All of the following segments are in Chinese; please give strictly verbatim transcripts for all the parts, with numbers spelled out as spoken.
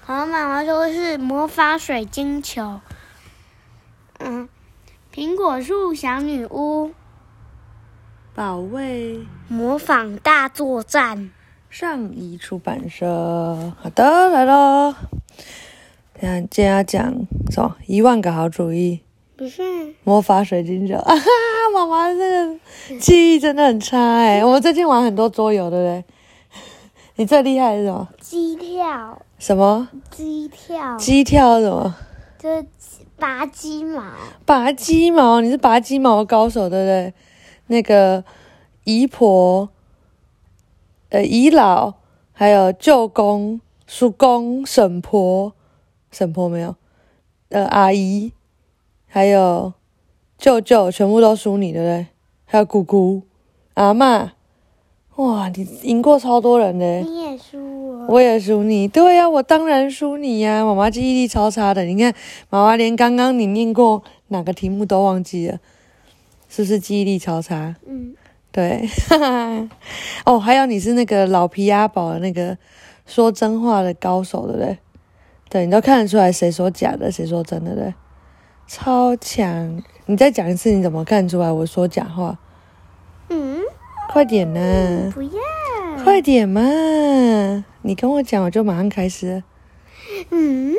和妈妈说是魔法水晶球。嗯，苹果树小女巫， 保卫模仿大作战。 上译出版社。好的，来咯。今天要讲什么？一万个好主意。 不是魔法水晶球啊哈！妈妈这个记忆真的很差哎、欸。我们最近玩很多桌游，对不对？你最厉害是什么？ 鸡跳。 什么？ 鸡跳。 鸡跳是什么？ 就是拔鸡毛。 拔鸡毛，你是拔鸡毛的高手，对不对？那个姨婆、呃姨姥，还有舅公、叔公、婶婆、婶婆没有，呃阿姨。还有舅舅全部都输你，对不对？还有姑姑、阿嬷，哇，你赢过超多人的。 你也输我。 我也输你，对呀、啊，我当然输你呀、啊。妈妈记忆力超差的，你看，妈妈连刚刚你念过哪个题目都忘记了，是不是记忆力超差？ 嗯， 对，哈哈。哦，还有你是那个老皮阿宝的那个说真话的高手，对不对？对，你都看得出来谁说假的，谁说真的，对不对？超强！你再讲一次，你怎么看出来我说假话？ 嗯， 快点呢、啊！ 不要， 快点嘛！你跟我讲，我就马上开始。 嗯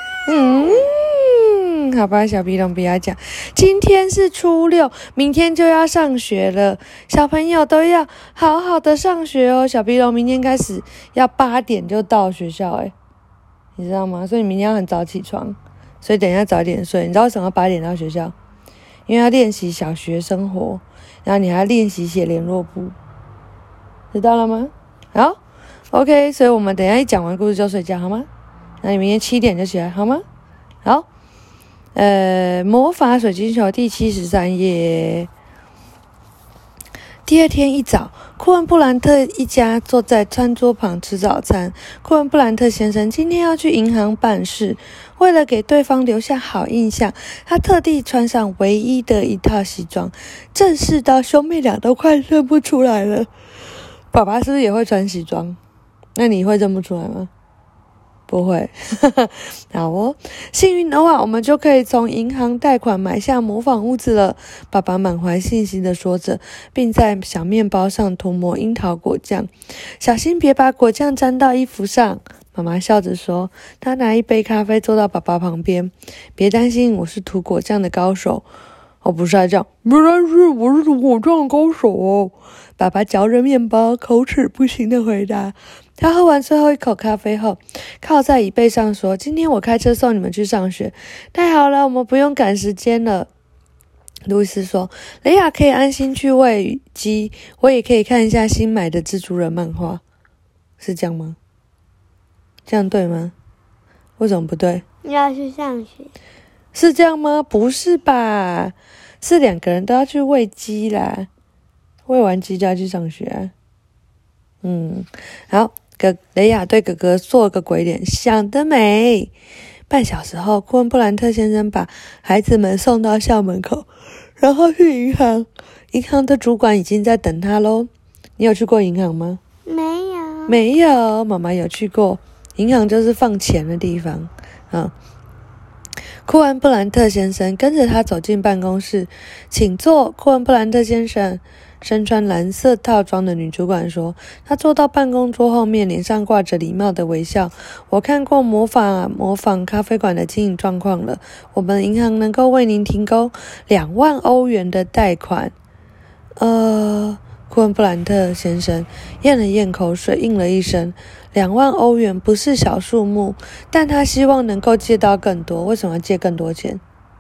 嗯，好吧，小皮龙不要讲。今天是初六，明天就要上学了，小朋友都要好好的上学哦。小皮龙明天开始要八点就到学校，诶，你知道吗？所以你明天要很早起床。所以等一下早点睡。你知道为什么要八点到学校？因为要练习小学生活，然后你还要练习写联络簿，知道了吗？好 ，OK。所以我们等一下一讲完故事就睡觉，好吗？那你明天七点就起来，好吗？好。呃，魔法水晶球第七十三页。第二天一早，库恩布兰特一家坐在餐桌旁吃早餐。库恩布兰特先生今天要去银行办事，为了给对方留下好印象，他特地穿上唯一的一套西装，正式到兄妹俩都快认不出来了。爸爸是不是也会穿西装？那你会认不出来吗？不会。好哦，幸运的话，我们就可以从银行贷款买下模仿屋子了。爸爸满怀信心地说着，并在小面包上涂抹樱桃果酱。小心别把果酱沾到衣服上。妈妈笑着说，她拿一杯咖啡坐到爸爸旁边。别担心，我是涂果酱的高手。我不是这样，原来是我是涂果酱的高手哦。爸爸嚼着面包，口齿不清地回答。他喝完最后一口咖啡后，靠在椅背上说：“今天我开车送你们去上学，太好了，我们不用赶时间了。”路易斯说：“雷亚可以安心去喂鸡，我也可以看一下新买的蜘蛛人漫画。”是这样吗？这样对吗？为什么不对？ 要去上学。 是这样吗？不是吧？是两个人都要去喂鸡啦，喂完鸡就要去上学啊。嗯，好。哥雷亚对哥哥做了个鬼脸，想得美。半小时后，库恩布兰特先生把孩子们送到校门口，然后去银行。银行的主管已经在等他咯。你有去过银行吗？ 没有。 没有，妈妈有去过。银行就是放钱的地方。嗯，库恩布兰特先生跟着他走进办公室，请坐，库恩布兰特先生。身穿蓝色套装的女主管说，她坐到办公桌后面，脸上挂着礼貌的微笑。我看过模仿模仿咖啡馆的经营状况了，我们银行能够为您提供两万欧元的贷款。呃，库恩布兰特先生咽了咽口水，应了一声。两万欧元不是小数目，但他希望能够借到更多。为什么要借更多钱？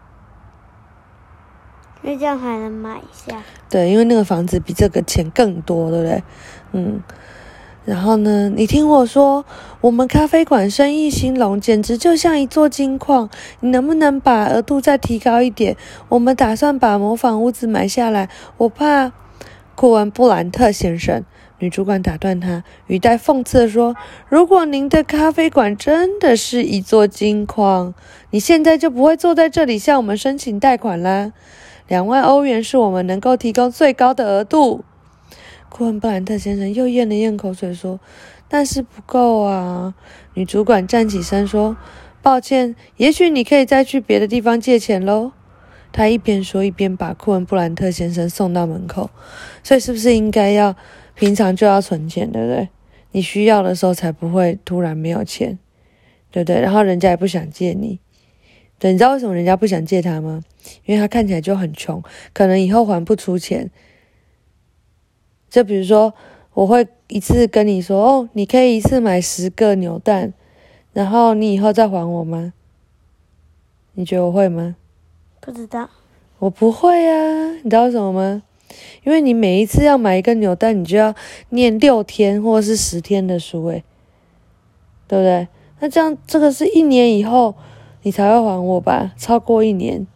因为这样还能买下。 对，因为那个房子比这个钱更多，对不对？嗯，然后呢，你听我说，我们咖啡馆生意兴隆，简直就像一座金矿。你能不能把额度再提高一点？我们打算把模仿屋子买下来，我怕。库恩布兰特先生，女主管打断他，语带讽刺地说：“如果您的咖啡馆真的是一座金矿，你现在就不会坐在这里向我们申请贷款啦。两万欧元是我们能够提供最高的额度。”库恩布兰特先生又咽了咽口水说：“ 但是不够啊。女主管站起身说，抱歉，也许你可以再去别的地方借钱咯。她一边说一边把库恩布兰特先生送到门口。所以是不是应该要平常就要存钱，对不对？你需要的时候才不会突然没有钱，对不对？然后人家也不想借你。对，你知道为什么人家不想借他吗？因为他看起来就很穷，可能以后还不出钱。就比如说我会一次跟你说，哦，你可以一次买十个扭蛋，然后你以后再还我吗？你觉得我会吗？ 不知道。 我不会啊，你知道为什么吗？因为你每一次要买一个扭蛋，你就要念六天或是十天的书，诶，对不对？那这样这个是一年以后你才会还我吧？超过一年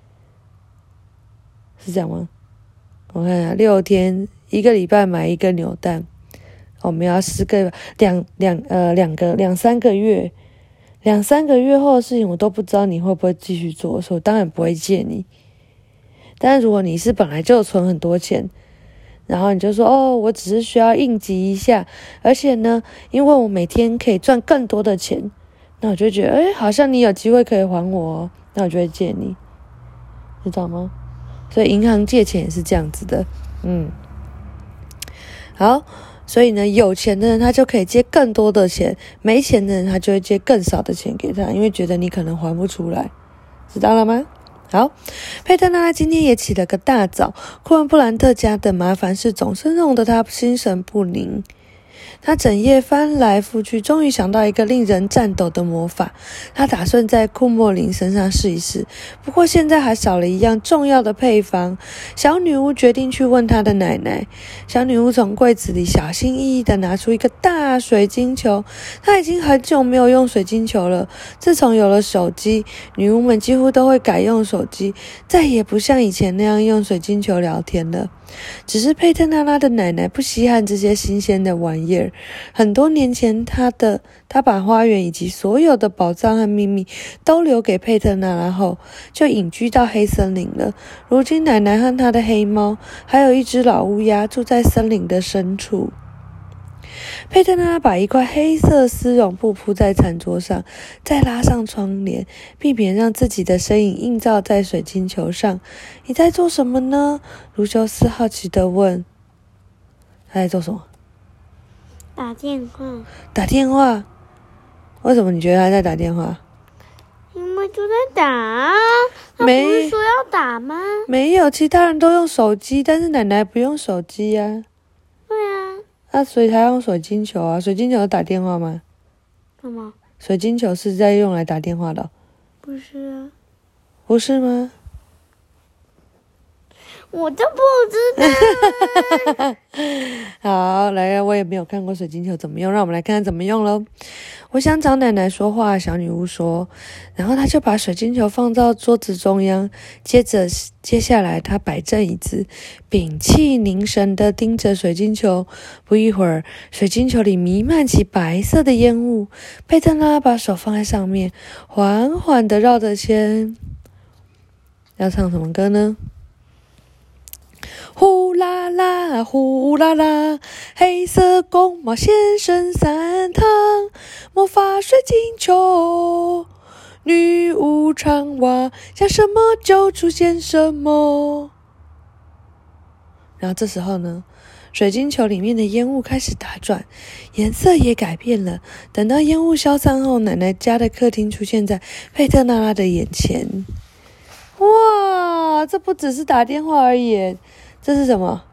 是这样吗？我看一下，六天一个礼拜买一个扭蛋，我们要四个两两呃两个两三个月，两三个月后的事情我都不知道你会不会继续做，所以我当然不会借你。但是如果你是本来就存很多钱，然后你就说，哦，我只是需要应急一下，而且呢，因为我每天可以赚更多的钱，那我就觉得，诶，好像你有机会可以还我哦，那我就会借你，知道吗？所以银行借钱也是这样子的，嗯，好，所以呢，有钱的人他就可以借更多的钱，没钱的人他就会借更少的钱给他，因为觉得你可能还不出来，知道了吗？好，佩特娜拉今天也起了个大早。库恩布兰特家的麻烦事总是弄得他心神不宁。他整夜翻来覆去，终于想到一个令人颤抖的魔法。他打算在库莫林身上试一试，不过现在还少了一样重要的配方。小女巫决定去问她的奶奶。小女巫从柜子里小心翼翼地拿出一个大水晶球。她已经很久没有用水晶球了。自从有了手机，女巫们几乎都会改用手机，再也不像以前那样用水晶球聊天了。只是佩特娜拉的奶奶不稀罕这些新鲜的玩意儿。很多年前，她的她把花园以及所有的宝藏和秘密都留给佩特娜拉后，就隐居到黑森林了。如今，奶奶和她的黑猫，还有一只老乌鸦住在森林的深处。佩特娜拉把一块黑色丝绒布铺在餐桌上，再拉上窗帘，避免让自己的身影映照在水晶球上。你在做什么呢？卢修斯好奇地问。他在做什么？ 打电话。 打电话？为什么你觉得他在打电话？ 因为就在打。他不没是说要打吗？ 没有，其他人都用手机，但是奶奶不用手机呀、 对啊。 啊，所以他用水晶球啊。水晶球打电话吗？ 什么？ 水晶球是在用来打电话的。 不是啊。 不是吗？ 我就不知道。 好，来，我也没有看过水晶球怎么用，让我们来看看怎么用咯。我想找奶奶说话，小女巫说。然后她就把水晶球放到桌子中央，接着接下来她摆正椅子，屏气凝神地盯着水晶球。不一会儿，水晶球里弥漫起白色的烟雾。佩特拉把手放在上面，缓缓地绕着圈。要唱什么歌呢？呼啦啦，呼啦啦，黑色公猫现身三趟，魔法水晶球，女巫长蛙，想什么就出现什么。然后这时候呢，水晶球里面的烟雾开始打转，颜色也改变了。等到烟雾消散后，奶奶家的客厅出现在佩特娜拉的眼前。哇，这不只是打电话而已，这是什么？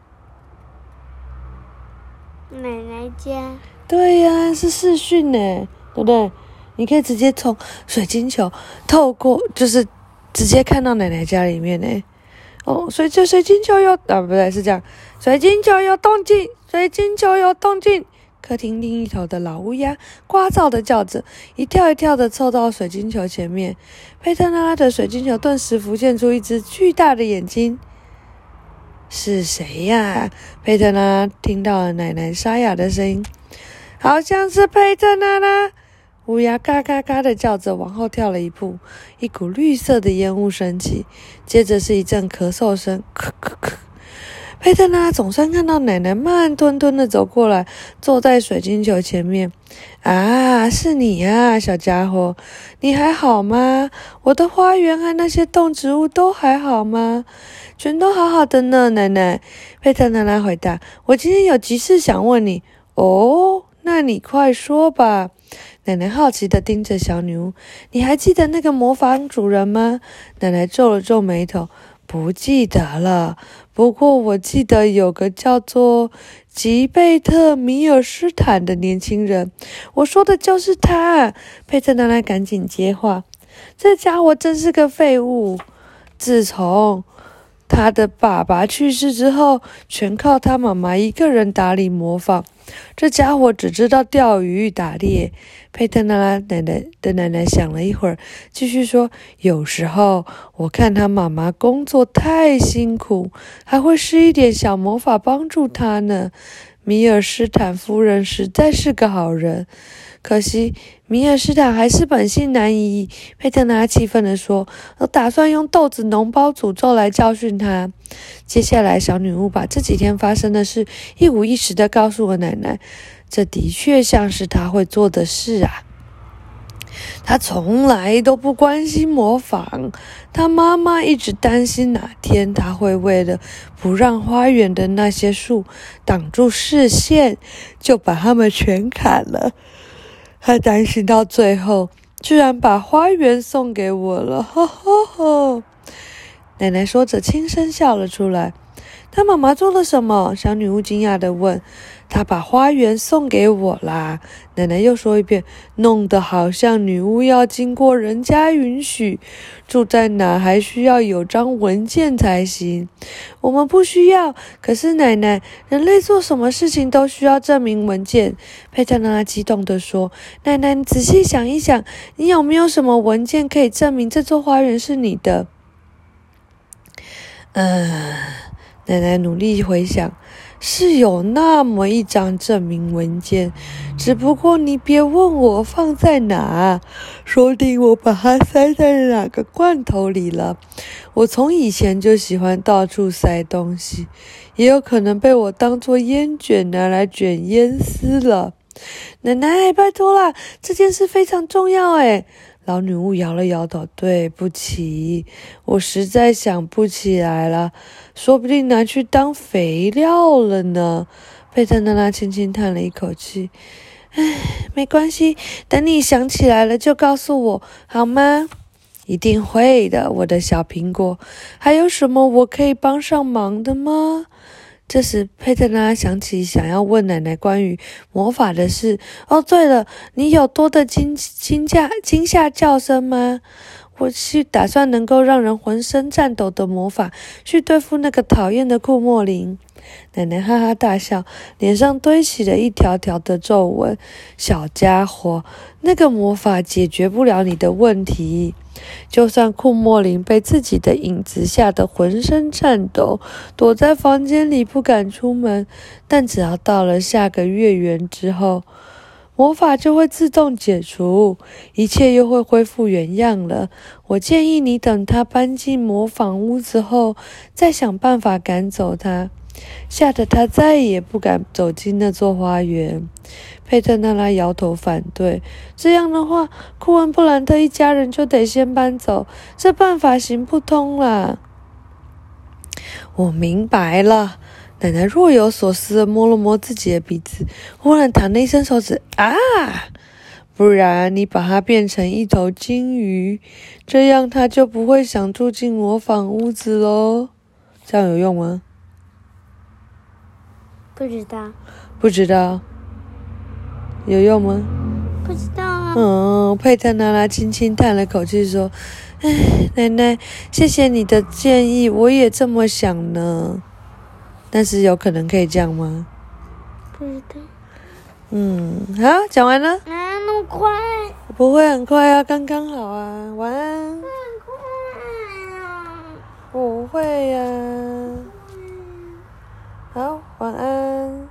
奶奶家。 对呀、啊，是视讯呢，对不对？你可以直接从水晶球透过，就是直接看到奶奶家里面呢。哦，所以这水晶球有啊，不对，是这样，水晶球有动静，水晶球有动静。客厅另一头的老乌鸦聒噪的叫着，一跳一跳的凑到水晶球前面。佩特娜拉的水晶球顿时浮现出一只巨大的眼睛。是谁呀？佩特娜拉听到了奶奶沙哑的声音，好像是佩特娜拉。乌鸦嘎嘎嘎的叫着，往后跳了一步，一股绿色的烟雾升起，接着是一阵咳嗽声，咳咳咳。 佩特娜拉总算看到奶奶慢吞吞的走过来，坐在水晶球前面。啊，是你啊，小家伙，你还好吗？我的花园和那些动植物都还好吗？全都好好的呢，奶奶。佩特娜拉回答，我今天有急事想问你。哦，那你快说吧。奶奶好奇地盯着小女巫。你还记得那个魔法主人吗？奶奶皱了皱眉头。不记得了，不过我记得有个叫做吉贝特·米尔斯坦的年轻人。我说的就是他。佩特娜拉赶紧接话。这家伙真是个废物。自从他的爸爸去世之后，全靠他妈妈一个人打理磨坊。这家伙只知道钓鱼打猎。佩特娜拉奶奶的奶奶想了一会儿，继续说，有时候我看他妈妈工作太辛苦，还会施一点小魔法帮助他呢。米尔斯坦夫人实在是个好人，可惜米尔斯坦还是本性难移。佩特娜拉气愤地说，我打算用豆子脓包诅咒来教训他。接下来小女巫把这几天发生的事一五一十地告诉了奶奶，这的确像是她会做的事啊。她从来都不关心模仿，她妈妈一直担心哪天她会为了不让花园的那些树挡住视线，就把它们全砍了。她担心到最后，居然把花园送给我了，哈哈哈！奶奶说着轻声笑了出来。她妈妈做了什么？小女巫惊讶地问。她把花园送给我啦。奶奶又说一遍，弄得好像女巫要经过人家允许，住在哪还需要有张文件才行。我们不需要，可是奶奶，人类做什么事情都需要证明文件。佩特娜拉激动地说，奶奶，你仔细想一想，你有没有什么文件可以证明这座花园是你的？嗯，奶奶努力回想，是有那么一张证明文件，只不过你别问我放在哪，说不定我把它塞在哪个罐头里了。我从以前就喜欢到处塞东西，也有可能被我当作烟卷拿来卷烟丝了。奶奶，拜托啦，这件事非常重要诶。老女巫摇了摇头，对不起，我实在想不起来了，说不定拿去当肥料了呢。佩特娜拉轻轻叹了一口气，唉，没关系，等你想起来了就告诉我，好吗？一定会的，我的小苹果。还有什么我可以帮上忙的吗？这时，佩特娜拉想起想要问奶奶关于魔法的事。哦，对了，你有多的惊惊吓惊吓叫声吗？我是打算能够让人浑身颤抖的魔法，去对付那个讨厌的库莫林。奶奶哈哈大笑，脸上堆起了一条条的皱纹。小家伙，那个魔法解决不了你的问题。就算库莫林被自己的影子吓得浑身颤抖，躲在房间里不敢出门，但只要到了下个月圆之后，魔法就会自动解除，一切又会恢复原样了。我建议你等他搬进模仿屋子后，再想办法赶走他，吓得他再也不敢走进那座花园。佩特娜拉摇头反对，这样的话，库恩布兰特一家人就得先搬走，这办法行不通啦。我明白了。奶奶若有所思地摸了摸自己的鼻子，忽然弹了一声手指，啊！不然你把它变成一头金鱼，这样它就不会想住进模仿屋子咯。这样有用吗？ 不知道。 不知道。有用吗？ 不知道啊。 嗯，佩特娜拉轻轻叹了口气说，唉，奶奶，谢谢你的建议，我也这么想呢。但是有可能可以这样吗？ 不知道。 嗯，好，讲完了。 啊，那么快？ 不会很快啊，刚刚好啊。晚安。 很快啊。 不会呀、啊。好，晚安。